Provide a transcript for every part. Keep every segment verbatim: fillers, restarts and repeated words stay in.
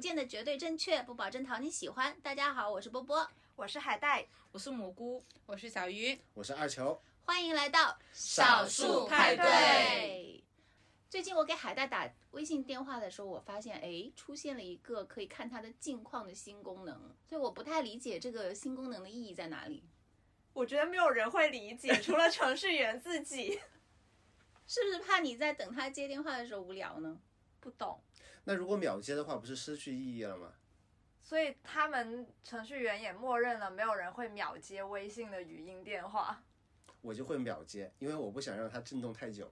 见的绝对正确，不保证讨你喜欢。大家好，我是波波， 我是海带， 我是蘑菇， 我是小鱼， 我是二球。 欢迎来到少数派对。 最近我给海带打微信电话的时候，我发现哎，出现了一个可以看他的近况的新功能，所以我不太理解这个新功能的意义在哪里。 我觉得没有人会理解，除了程序员自己。 是不是怕你在等他接电话的时候无聊呢？ 不懂。 那如果秒接的话，不是失去意义了吗？ 所以他们程序员也默认了没有人会秒接微信的语音电话。 我就会秒接，因为我不想让它震动太久。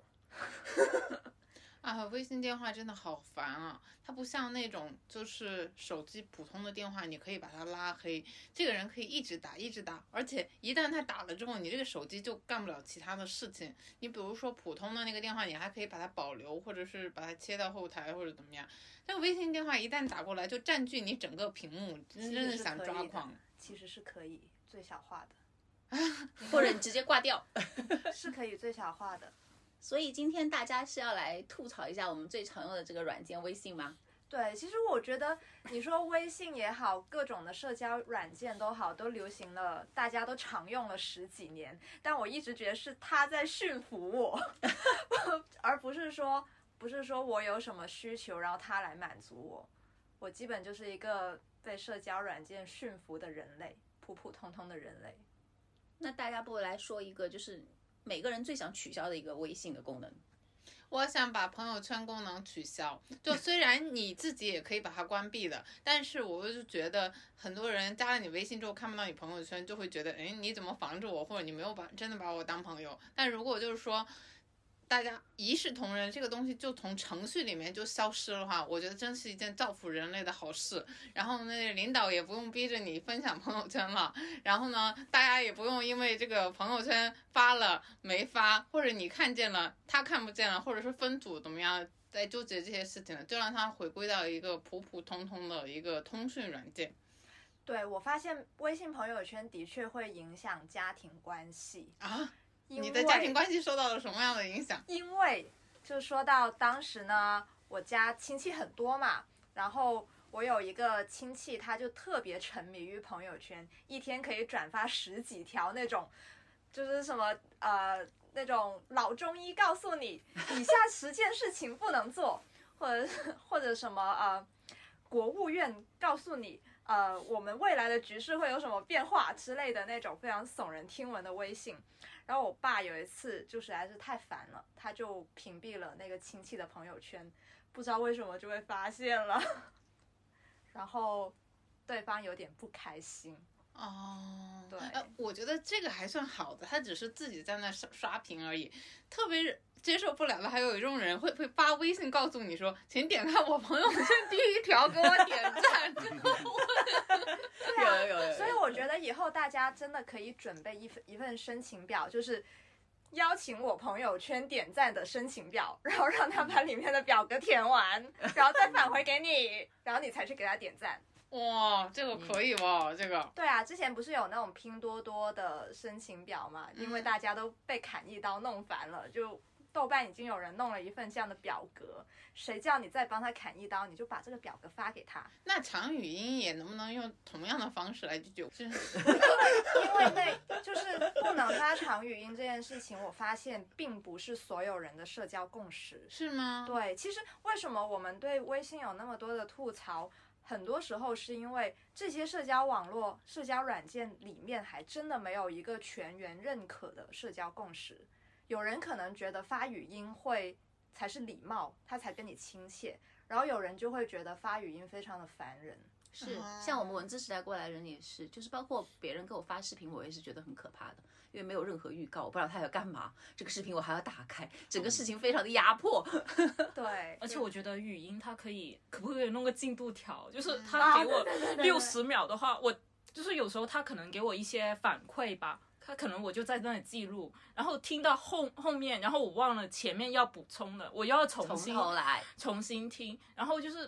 啊，微信电话真的好烦啊！它不像那种就是手机普通的电话，你可以把它拉黑，这个人可以一直打一直打，而且一旦他打了之后，你这个手机就干不了其他的事情。你比如说普通的那个电话，你还可以把它保留，或者是把它切到后台或者怎么样。但微信电话一旦打过来，就占据你整个屏幕，真的想抓狂。 其实是可以最小化的。 或者你直接挂掉。 是可以最小化的。 所以今天大家是要来吐槽一下我们最常用的这个软件微信吗？ 对，其实我觉得你说微信也好，各种的社交软件都好，都流行了，大家都常用了十几年，但我一直觉得是他在驯服我而不是说不是说我有什么需求然后他来满足我。我基本就是一个被社交软件驯服的人类，普普通通的人类。 那大家不如来说一个就是每个人最想取消的一个微信的功能。 我想把朋友圈功能取消，就虽然你自己也可以把它关闭的，但是我就觉得很多人加了你微信之后看不到你朋友圈，就会觉得哎，你怎么防着我，或者你没有把真的把我当朋友。但如果就是说大家一视同仁，这个东西就从程序里面就消失的话，我觉得真是一件造福人类的好事。然后呢，领导也不用逼着你分享朋友圈了，然后呢，大家也不用因为这个朋友圈发了没发，或者你看见了他看不见了，或者是分组怎么样在纠结这些事情了，就让它回归到一个普普通通的一个通讯软件。 对，我发现微信朋友圈的确会影响家庭关系啊。你的家庭关系受到了什么样的影响？ 因为就说到当时呢，我家亲戚很多嘛，然后我有一个亲戚，他就特别沉迷于朋友圈，一天可以转发十几条那种，就是什么呃那种老中医告诉你以下十件事情不能做，或者或者什么呃国务院告诉你呃我们未来的局势会有什么变化之类的那种非常耸人听闻的微信。然后我爸有一次就实在是太烦了，他就屏蔽了那个亲戚的朋友圈，不知道为什么就被发现了，然后对方有点不开心。 哦， 对， 呃，我觉得这个还算好的，他只是自己在那刷刷屏而已。特别接受不了的还有一种人会会发微信告诉你说，请点开我朋友圈第一条给我点赞。 对啊，有有有。所以我觉得以后大家真的可以准备一份一份申请表，就是邀请我朋友圈点赞的申请表，然后让他把里面的表格填完，然后再返回给你，然后你才去给他点赞。 哇，这个可以哦、嗯、这个。 对啊，之前不是有那种拼多多的申请表嘛，因为大家都被砍一刀弄烦了，就豆瓣已经有人弄了一份这样的表格，谁叫你再帮他砍一刀，你就把这个表格发给他。 那长语音也能不能用同样的方式来纠正？ 因为那就是不能发长语音这件事情，我发现并不是所有人的社交共识。 是吗？ 对，其实为什么我们对微信有那么多的吐槽，很多时候是因为这些社交网络、社交软件里面还真的没有一个全员认可的社交共识。有人可能觉得发语音会才是礼貌，他才跟你亲切，然后有人就会觉得发语音非常的烦人。 是，像我们文字时代过来人也是，就是包括别人给我发视频，我也是觉得很可怕的，因为没有任何预告，我不知道他要干嘛，这个视频我还要打开，整个事情非常的压迫。 对， 而且我觉得语音它可以，可不可以弄个进度条，就是他给我六十秒的话，我就是有时候他可能给我一些反馈吧。他可能我就在那里记录，然后听到后后面，然后我忘了前面要补充的，我又要重新从头来重新听，然后就是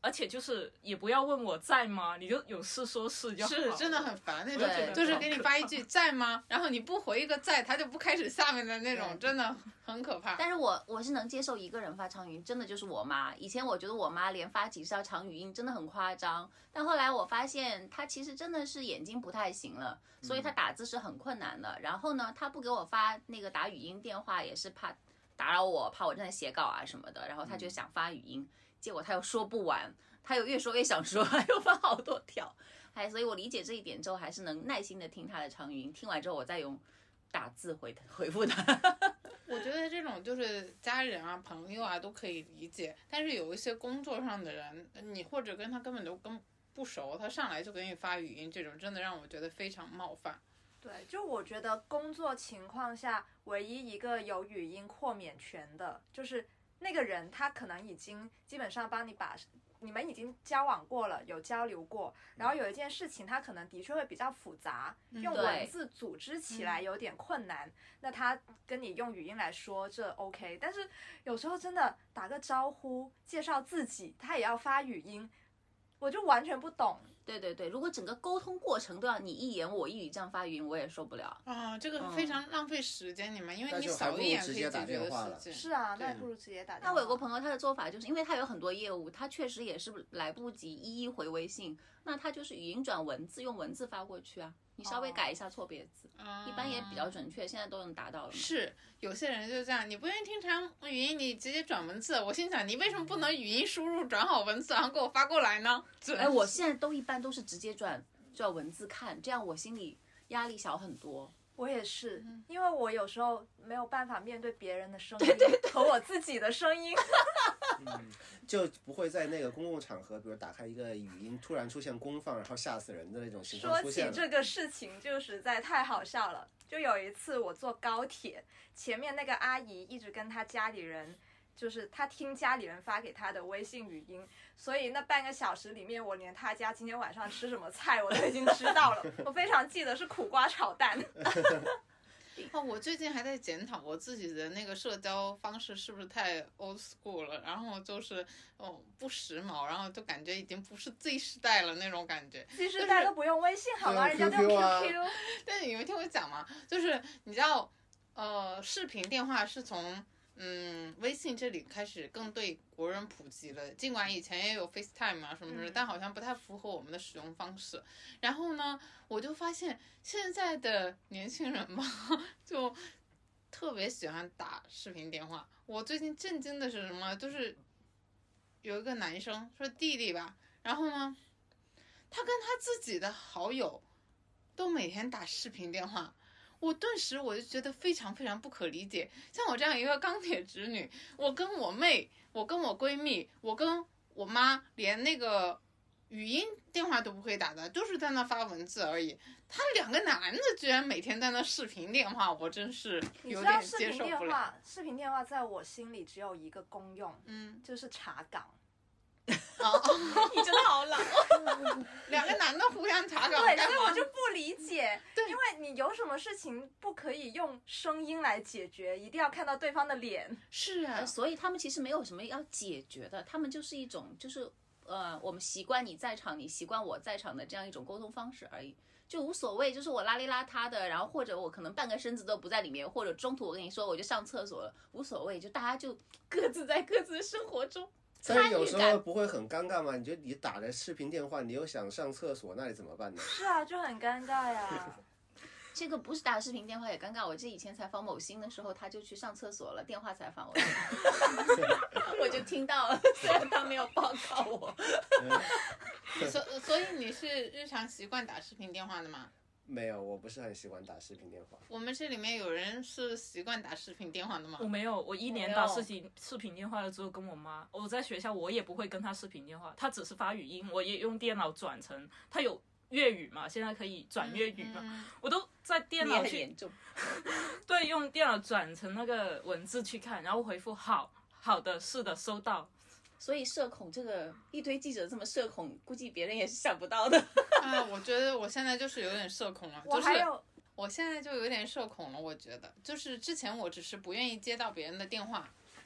而且就是也不要问我在吗，你就有事说事就好了。 是真的很烦那种对， 就是给你发一句在吗，然后你不回一个在，他就不开始下面的那种，真的很可怕。 但是我我是能接受一个人发长语音，真的就是我妈。以前我觉得我妈连发几十条长语音真的很夸张，但后来我发现她其实真的是眼睛不太行了，所以她打字是很困难的。然后呢，她不给我发那个打语音电话，也是怕打扰我，怕我正在写稿啊什么的。然后她就想发语音，结果她又说不完，她又越说越想说，她又发好多条。哎，所以我理解这一点之后，还是能耐心的听她的长语音，听完之后我再用打字回回复她。 我觉得这种就是家人啊、朋友啊都可以理解，但是有一些工作上的人，你或者跟他根本就跟不熟，他上来就给你发语音，这种真的让我觉得非常冒犯。 对，就我觉得工作情况下，唯一一个有语音豁免权的，就是那个人他可能已经基本上帮你把。你们已经交往过了，有交流过，然后有一件事情它可能的确会比较复杂，用文字组织起来有点困难，那他跟你用语音来说这 OK， 但是有时候真的打个招呼介绍自己他也要发语音，我就完全不懂。 对对对，如果整个沟通过程都要你一言我一语这样发语音，我也受不了啊，这个非常浪费时间，你们因为你那扫一眼可以解决打电话了的事情。 是啊，那还不如直接打电话。 那我有个朋友，他的做法就是因为他有很多业务，他确实也是来不及一一回微信，那他就是语音转文字，用文字发过去啊，你稍微改一下错别字， 哦一般也比较准确，现在都能达到了嘛。 是，有些人就这样，你不愿意听长语音，你直接转文字。我心想，你为什么不能语音输入转好文字，然后给我发过来呢？ 哎，我现在都一般都是直接转转文字看，这样我心里压力小很多。 我也是，因为我有时候没有办法面对别人的声音和我自己的声音。 嗯，就不会在那个公共场合，比如打开一个语音，突然出现公放，然后吓死人的那种情况说出现了。 起这个事情就实在太好笑了。就有一次我坐高铁，前面那个阿姨一直跟她家里人，就是她听家里人发给她的微信语音，所以那半个小时里面，我连她家今天晚上吃什么菜我都已经知道了。我非常记得是苦瓜炒蛋。 哦，我最近还在检讨我自己的那个社交方式是不是太 old school 了，然后就是哦不时髦，然后就感觉已经不是 Z 时代了那种感觉。 Z 时代都不用微信好吗？人家都用 Q Q。 但是你们听我讲嘛，就是你知道，呃，视频电话是从嗯微信这里开始更对国人普及了，尽管以前也有 FaceTime 啊什么的， 嗯、 但好像不太符合我们的使用方式。然后呢，我就发现现在的年轻人嘛，就特别喜欢打视频电话。我最近震惊的是什么？就是有一个男生说弟弟吧，然后呢，他跟他自己的好友都每天打视频电话。我顿时我就觉得非常非常不可理解，像我这样一个钢铁直女，我跟我妹，我跟我闺蜜，我跟我妈，连那个语音电话都不会打的，就是在那发文字而已。他两个男的居然每天在那视频电话，我真是有点接受不了。 视频电话在我心里只有一个功用， 嗯， 就是查岗。 哦， 你真的好老。 两个男的互相查岗， 对，所以我就不理解，因为你有什么事情不可以用声音来解决，一定要看到对方的脸？ 是啊， 所以他们其实没有什么要解决的，他们就是一种就是呃，我们习惯你在场，你习惯我在场的这样一种沟通方式而已。就无所谓，就是我邋里邋遢的，然后或者我可能半个身子都不在里面，或者中途我跟你说我就上厕所了，无所谓，就大家就各自在各自的生活中。 但是有时候不会很尴尬吗？你觉得你打着视频电话，你又想上厕所，那你怎么办呢？ 是啊，就很尴尬呀。 这个不是打视频电话也尴尬，我记得以前采访某星的时候，他就去上厕所了，电话采访我，我就听到了，虽然他没有报告我。 所所以你是日常习惯打视频电话的吗？ 没有，我不是很喜欢打视频电话。 我们这里面有人是习惯打视频电话的吗？ 我没有，我一年打视频视频电话了之后跟我妈，我在学校我也不会跟她视频电话，她只是发语音，我也用电脑转成，她有粤语嘛，现在可以转粤语嘛， 嗯、 我都在电脑去， 严重对，用电脑转成那个文字去看，然后回复好好的，是的，收到。 所以社恐这个一堆记者这么社恐，估计别人也是想不到的。 啊，我觉得我现在就是有点社恐了， 我还有， 就是我现在就有点社恐了。我觉得就是之前我只是不愿意接到别人的电话，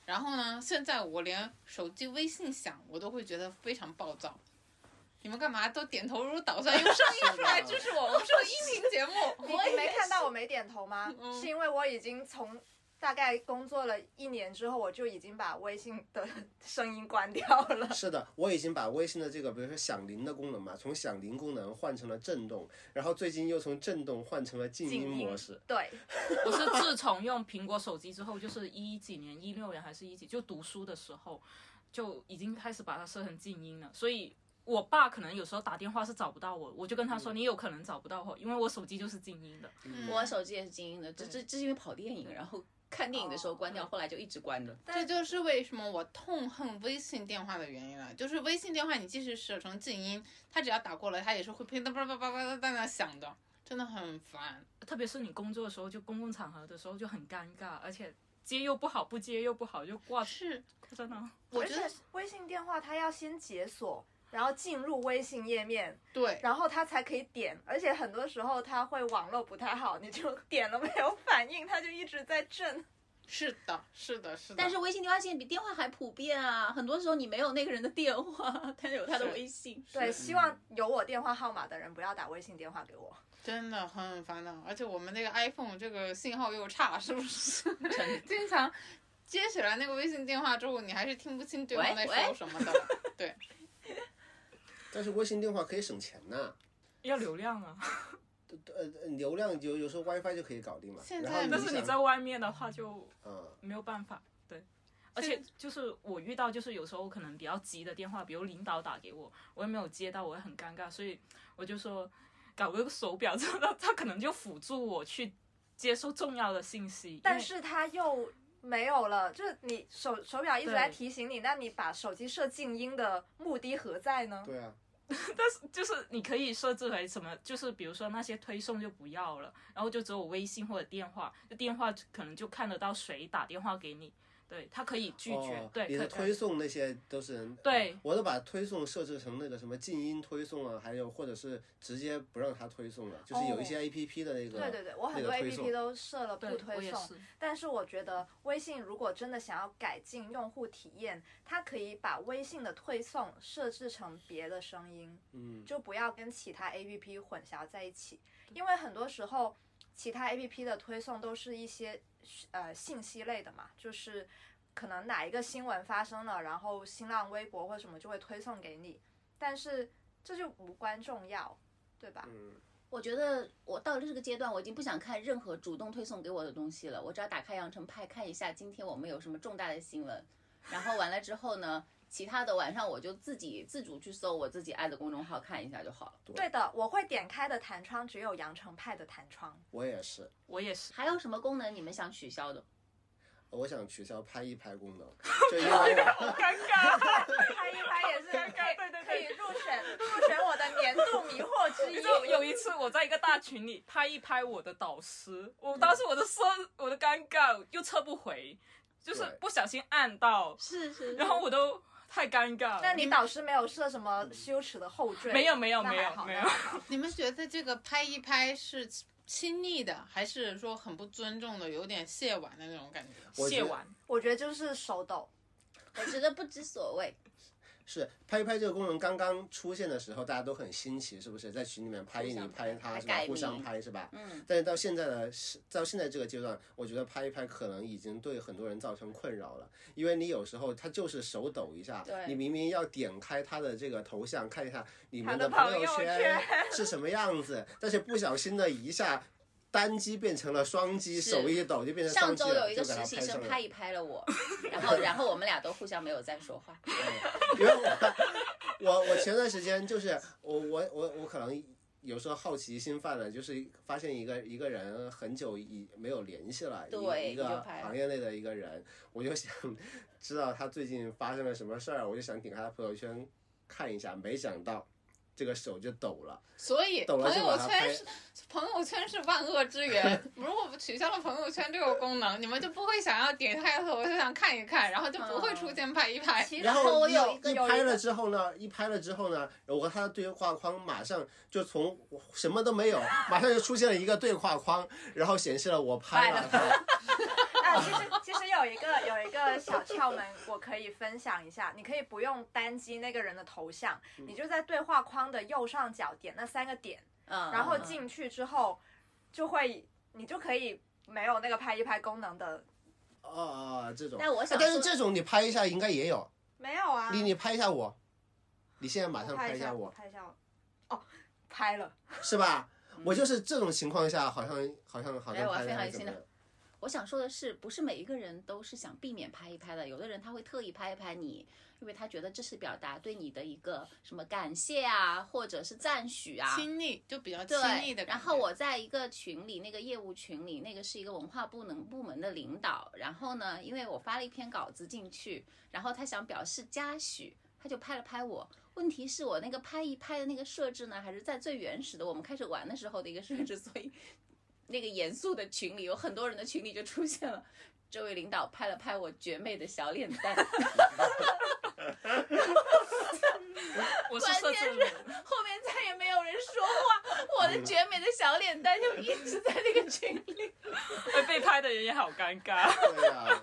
然后呢，现在我连手机微信响我都会觉得非常暴躁。你们干嘛都点头如捣蒜，用声音出来支持我？我们是个音频节目。 你你没看到我没点头吗？是因为我已经从大概工作了一年之后，我就已经把微信的声音关掉了。 是的，我已经把微信的这个，比如说响铃的功能嘛，从响铃功能换成了震动，然后最近又从震动换成了静音模式。 对， 我是自从用苹果手机之后，就是一几年、一六年还是一几，就读书的时候，就已经开始把它设成静音了，所以。我爸可能有时候打电话是找不到我，我就跟他说、嗯、你有可能找不到我，因为我手机就是静音的。 嗯、我手机也是静音的，这这这是因为跑电影，然后看电影的时候关掉，哦、后来就一直关着。 这就是为什么我痛恨微信电话的原因了。就是微信电话你即使设成静音，它只要打过来，它也是会噼里啪啦啪啦在那响的，真的很烦。 特别是你工作的时候，就公共场合的时候就很尴尬，而且接又不好，不接又不好，就挂是真的。 我觉得微信电话它要先解锁。然后进入微信页面， 对， 然后它才可以点，而且很多时候它会网络不太好，你就点了没有反应，它就一直在震。 是的，是的，是的。 但是微信电话现在比电话还普遍啊，很多时候你没有那个人的电话，但是有他的微信。 对，希望有我电话号码的人不要打微信电话给我。 真的很烦恼，而且我们那个 iPhone 这个信号又差，是不是？经常接起来那个微信电话之后，你还是听不清对方在说什么的。对。 但是微信电话可以省钱呐、啊， 要流量啊。 呃，流量有有时候 WiFi 就可以搞定嘛。 现在， 但是你在外面的话就没有办法。对，而且就是我遇到就是有时候可能比较急的电话，比如领导打给我，我也没有接到，我会很尴尬，所以我就说搞个手表，之后他可能就辅助我去接收重要的信息。 但是他又。没有了，就是你手手表一直在提醒你，那你把手机设静音的目的何在呢？ 对啊， 但是就是你可以设置为什么，就是比如说那些推送就不要了，然后就只有微信或者电话，电话可能就看得到谁打电话给你。对，它可以拒绝。 哦、 对， 你的推送那些都是对， 我都把推送设置成那个什么静音推送啊，还有或者是直接不让它推送了，就是有一些 A P P 的那个。 哦、对对对，我很多 A P P 都设了不推送，但是我觉得微信如果真的想要改进用户体验，它可以把微信的推送设置成别的声音， 嗯， 就不要跟其他 A P P 混淆在一起，因为很多时候其他 A P P 的推送都是一些呃信息类的嘛，就是可能哪一个新闻发生了，然后新浪微博或什么就会推送给你，但是这就无关重要，对吧？ 嗯， 我觉得我到了这个阶段，我已经不想看任何主动推送给我的东西了，我只要打开羊城派看一下今天我们有什么重大的新闻，然后完了之后呢，其他的晚上我就自己自主去搜我自己爱的公众号看一下就好了。 对的，我会点开的弹窗只有羊城派的弹窗。 我也是， 我也是。 还有什么功能你们想取消的？ 我想取消拍一拍功能，就因为我好尴尬， 拍一拍也是尴尬，对对对， 可以入选入选我的年度迷惑之一。 就有一次我在一个大群里拍一拍我的导师，我当时我的色我的尴尬又撤不回，就是不小心按到， 是是， 然后我都太尴尬了。 那你导师没有设什么羞耻的后缀？ 没有没有没有没有。 你们觉得这个拍一拍是亲昵的，还是说很不尊重的，有点亵玩的那种感觉？ 亵玩， 我觉得就是手抖。 我觉得不知所谓。 是拍一拍这个功能刚刚出现的时候，大家都很新奇，是不是？在群里面拍你拍他是吧？互相拍是吧？ 嗯。 但是到现在的到现在这个阶段，我觉得拍一拍可能已经对很多人造成困扰了，因为你有时候他就是手抖一下，你明明要点开他的这个头像看一下你们的朋友圈是什么样子，但是不小心的一下。单击变成了双击，手一抖就变成双击了。 上周有一个实习生拍一拍了我，然后然后我们俩都互相没有再说话。 因为我我我前段时间就是我我我我可能有时候好奇心犯了，就是发现一个一个人很久已没有联系了， 对， 一个行业内的一个人，我就想知道他最近发生了什么事儿，我就想点开他朋友圈看一下，没想到。这个手就抖了， 所以朋友圈是朋友圈是万恶之源。如果取消了朋友圈这个功能，你们就不会想要点开头，就想看一看，然后就不会出现拍一拍。 嗯、 然后我有一一拍了之后呢，一拍了之后呢，我和他的对话框马上就从什么都没有，马上就出现了一个对话框，然后显示了我拍了他。 啊，其实其实有一个有一个小窍门，我可以分享一下。你可以不用单击那个人的头像， 嗯、 你就在对话框的右上角点那三个点， 嗯， 然后进去之后，就会你就可以没有那个拍一拍功能的。 哦哦，这种。 但我想， 但是这种你拍一下应该也有。 没有啊。 你你拍一下我，你现在马上拍一下我。 拍一下我。哦，拍了。 是吧？我就是这种情况下，好像好像好像拍的还怎么样？ 我想说的是，不是每一个人都是想避免拍一拍的，有的人他会特意拍一拍你，因为他觉得这是表达对你的一个什么感谢啊，或者是赞许啊， 亲昵，就比较亲昵的感觉。 然后我在一个群里，那个业务群里，那个是一个文化部能部门的领导，然后呢，因为我发了一篇稿子进去，然后他想表示嘉许，他就拍了拍我。问题是我那个拍一拍的那个设置呢，还是在最原始的我们开始玩的时候的一个设置，所以那个严肃的群里有很多人的群里就出现了，这位领导拍了拍我绝美的小脸蛋。 我是设置关键是后面再也没有人说话，我的绝美的小脸蛋就一直在那个群里。 被拍的人也好尴尬。 对啊。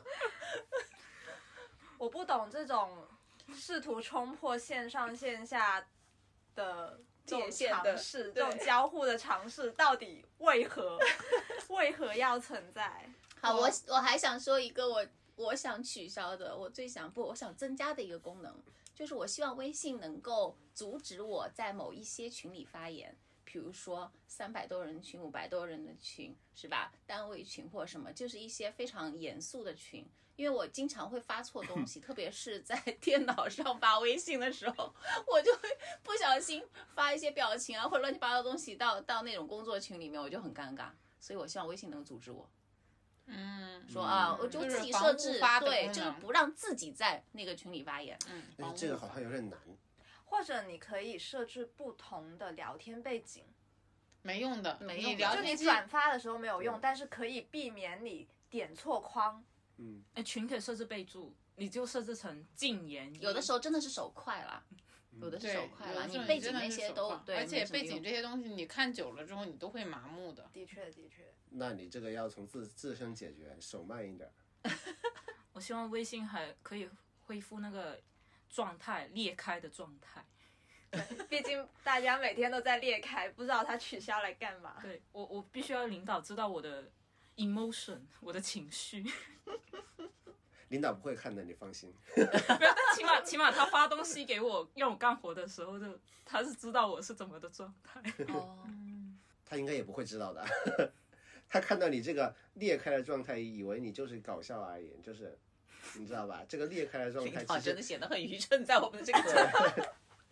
我不懂这种试图冲破线上线下的界限的尝试，这种交互的尝试到底为何为何要存在？ 好，我我还想说一个我我想取消的，我最想不我想增加的一个功能，就是我希望微信能够阻止我在某一些群里发言，比如说三百多人群、五百多人的群，是吧？单位群或什么，就是一些非常严肃的群。因为我经常会发错东西，特别是在电脑上发微信的时候，我就会不小心发一些表情啊或者乱七八糟的东西到到那种工作群里面，我就很尴尬。所以我希望微信能阻止我。 嗯， 说啊，我就自己设置，对，就是不让自己在那个群里发言。 嗯， 但是这个好像有点难。 或者你可以设置不同的聊天背景。 没用的， 没用的， 就你转发的时候没有用，但是可以避免你点错框。 嗯， 哎，群可以设置备注，你就设置成禁言。 有的时候真的是手快啦，有的是手快啦，你背景那些都对， 而且背景这些东西你看久了之后，你都会麻木的。 的确，的确。 那你这个要从自自身解决，手慢一点。 我希望微信还可以恢复那个状态，裂开的状态。 毕竟大家每天都在裂开，不知道它取消来干嘛。 对，我我必须要领导知道我的 emotion， 我的情绪。 领导不会看的，你放心。 但起码起码他发东西给我让我干活的时候，就他是知道我是怎么的状态。 哦， 他应该也不会知道的。他看到你这个裂开的状态，以为你就是搞笑而已，就是你知道吧？这个裂开的状态其实真的显得很愚蠢，在我们这个状态。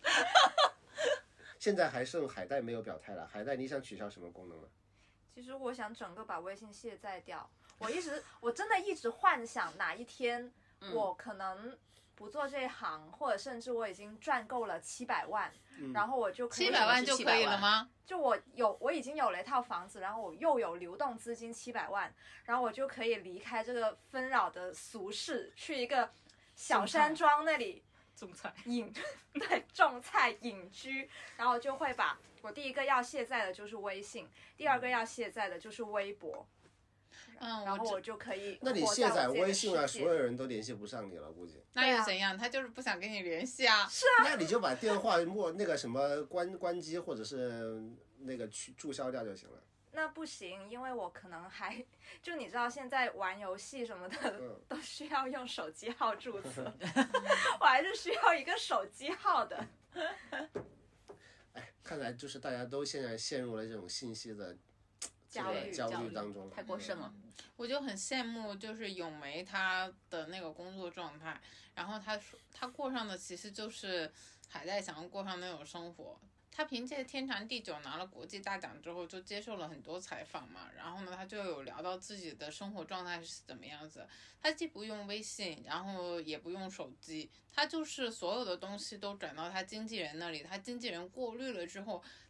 现在还剩海带没有表态了，海带你想取消什么功能呢？ 其实我想整个把微信卸载掉。我一直我真的一直幻想哪一天我可能不做这一行，或者甚至我已经赚够了七百万， 嗯、 然后我就可以七百万就可以了吗？ 就我有我已经有了一套房子，然后我又有流动资金七百万，然后我就可以离开这个纷扰的俗世，去一个小山庄那里种菜隐对种菜隐居，然后就会把我第一个要卸载的就是微信，第二个要卸载的就是微博。 嗯， 然后我就可以。 那你卸载微信了，所有人都联系不上你了，估计。 那又怎样？他就是不想跟你联系啊。 是啊。 那你就把电话默那个什么关关机，或者是那个去注销掉就行了。 那不行，因为我可能还就你知道，现在玩游戏什么的、嗯、都需要用手机号注册，我还是需要一个手机号的。 哎，看来就是大家都现在陷入了这种信息的。 焦虑焦虑当中太过盛了、 嗯，我就很羡慕，就是咏梅她的那个工作状态，然后她说她过上的其实就是海带想要过上那种生活。她凭借《天长地久》拿了国际大奖之后，就接受了很多采访嘛，然后呢，她就有聊到自己的生活状态是怎么样子。她既不用微信，然后也不用手机，她就是所有的东西都转到她经纪人那里，她经纪人过滤了之后，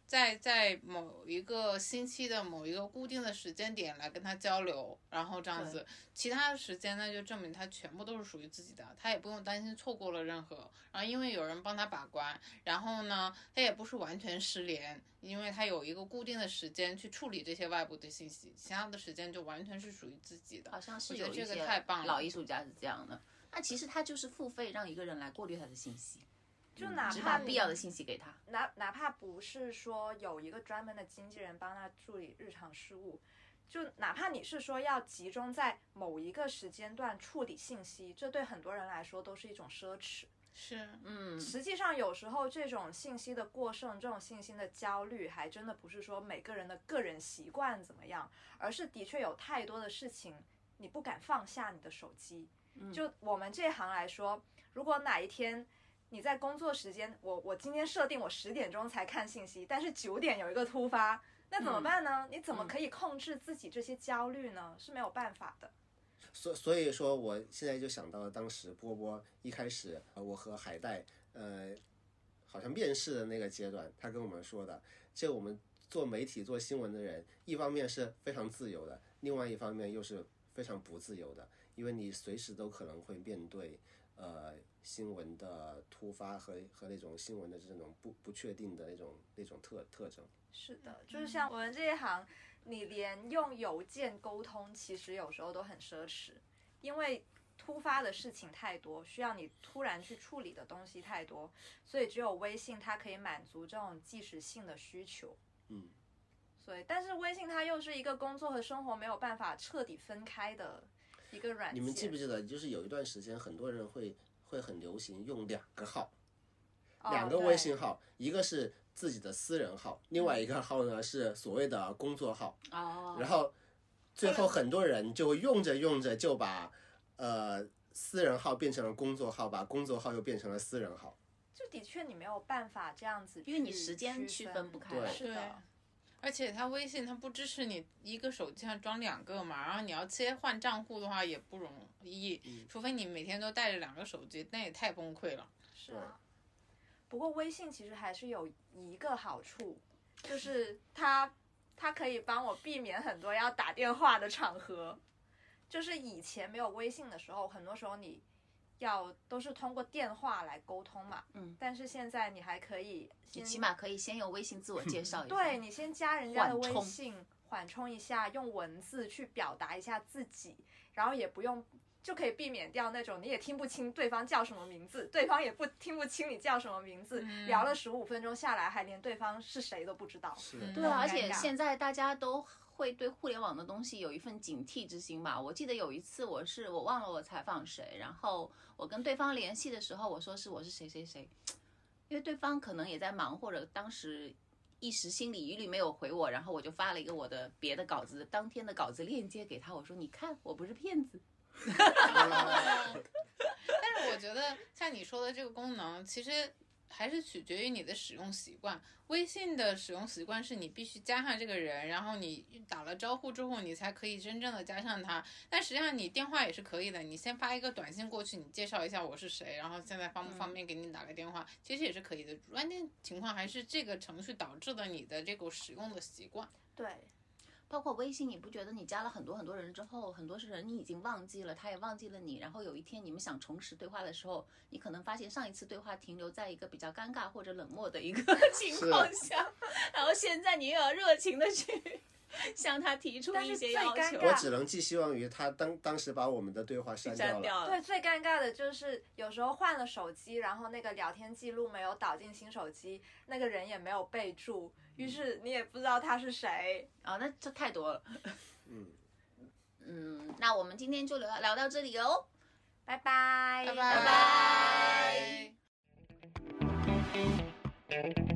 在在某一个星期的某一个固定的时间点来跟他交流，然后这样子，其他的时间呢就证明他全部都是属于自己的，他也不用担心错过了任何，然后因为有人帮他把关，然后呢他也不是完全失联，因为他有一个固定的时间去处理这些外部的信息，其他的时间就完全是属于自己的。 好像是有一这个些太棒了， 老艺术家是这样的。那其实他就是付费让一个人来过滤他的信息， 就哪只怕把必要的信息给他。 哪哪怕不是说有一个专门的经纪人帮他处理日常事务，就哪怕你是说要集中在某一个时间段处理信息，这对很多人来说都是一种奢侈。 是， 嗯， 实际上有时候这种信息的过剩，这种信息的焦虑，还真的不是说每个人的个人习惯怎么样，而是的确有太多的事情你不敢放下你的手机。就我们这行来说，如果哪一天你在工作时间，我我今天设定我十点钟才看信息，但是九点有一个突发，那怎么办呢？嗯、你怎么可以控制自己这些焦虑呢？是没有办法的。 所所以说，我现在就想到了当时波波一开始，呃，我和海带，呃，好像面试的那个阶段，他跟我们说的，这我们做媒体做新闻的人，一方面是非常自由的，另外一方面又是非常不自由的，因为你随时都可能会面对呃新闻的突发和和那种新闻的这种不不确定的那种那种特特征。 是的，就是像我们这一行，你连用邮件沟通，其实有时候都很奢侈，因为突发的事情太多，需要你突然去处理的东西太多，所以只有微信它可以满足这种即时性的需求。 嗯， 所以但是微信它又是一个工作和生活没有办法彻底分开的一个软件。 你们记不记得，就是有一段时间，很多人会会很流行用两个号， 哦、 两个微信号，一个是自己的私人号，另外一个号呢是所谓的工作号。 哦， 然后最后很多人就用着用着就把呃私人号变成了工作号，把工作号又变成了私人号。 就的确你没有办法这样子， 因为你时间区分不开。 是的。 而且它微信它不支持你一个手机上装两个嘛，然后你要切换账户的话也不容易， 嗯、 除非你每天都带着两个手机，那也太崩溃了。 是啊。不过微信其实还是有一个好处，就是它它可以帮我避免很多要打电话的场合。就是以前没有微信的时候，很多时候你要都是通过电话来沟通嘛， 嗯， 但是现在你还可以， 你起码可以先用微信自我介绍一下， 对，你先加人家的微信，缓冲一下，用文字去表达一下自己，然后也不用。就可以避免掉那种你也听不清对方叫什么名字，对方也不听不清你叫什么名字，嗯、聊了十五分钟下来，还连对方是谁都不知道。 是， 对啊，而且现在大家都会对互联网的东西有一份警惕之心吧。我记得有一次我是我忘了我采访谁，然后我跟对方联系的时候，我说是我是谁谁谁，因为对方可能也在忙，或者当时一时心里疑虑没有回我，然后我就发了一个我的别的稿子当天的稿子链接给他，我说你看我不是骗子。 但是我觉得像你说的这个功能，其实还是取决于你的使用习惯。微信的使用习惯是你必须加上这个人，然后你打了招呼之后，你才可以真正的加上他。但实际上你电话也是可以的，你先发一个短信过去，你介绍一下我是谁，然后现在方不方便给你打个电话，嗯、其实也是可以的。关键情况还是这个程序导致了你的这个使用的习惯。 对。 包括微信，你不觉得你加了很多很多人之后，很多人你已经忘记了，他也忘记了你，然后有一天你们想重拾对话的时候，你可能发现上一次对话停留在一个比较尴尬或者冷漠的一个情况下，然后现在你又要热情的去向他提出一些要求。 我只能寄希望于他当当时把我们的对话删掉了。 掉了对，最尴尬的就是有时候换了手机，然后那个聊天记录没有导进新手机，那个人也没有备注，于是你也不知道他是谁啊、哦，那这太多了。 嗯嗯，那我们今天就聊聊到这里哦， 拜拜， 拜拜。 拜拜。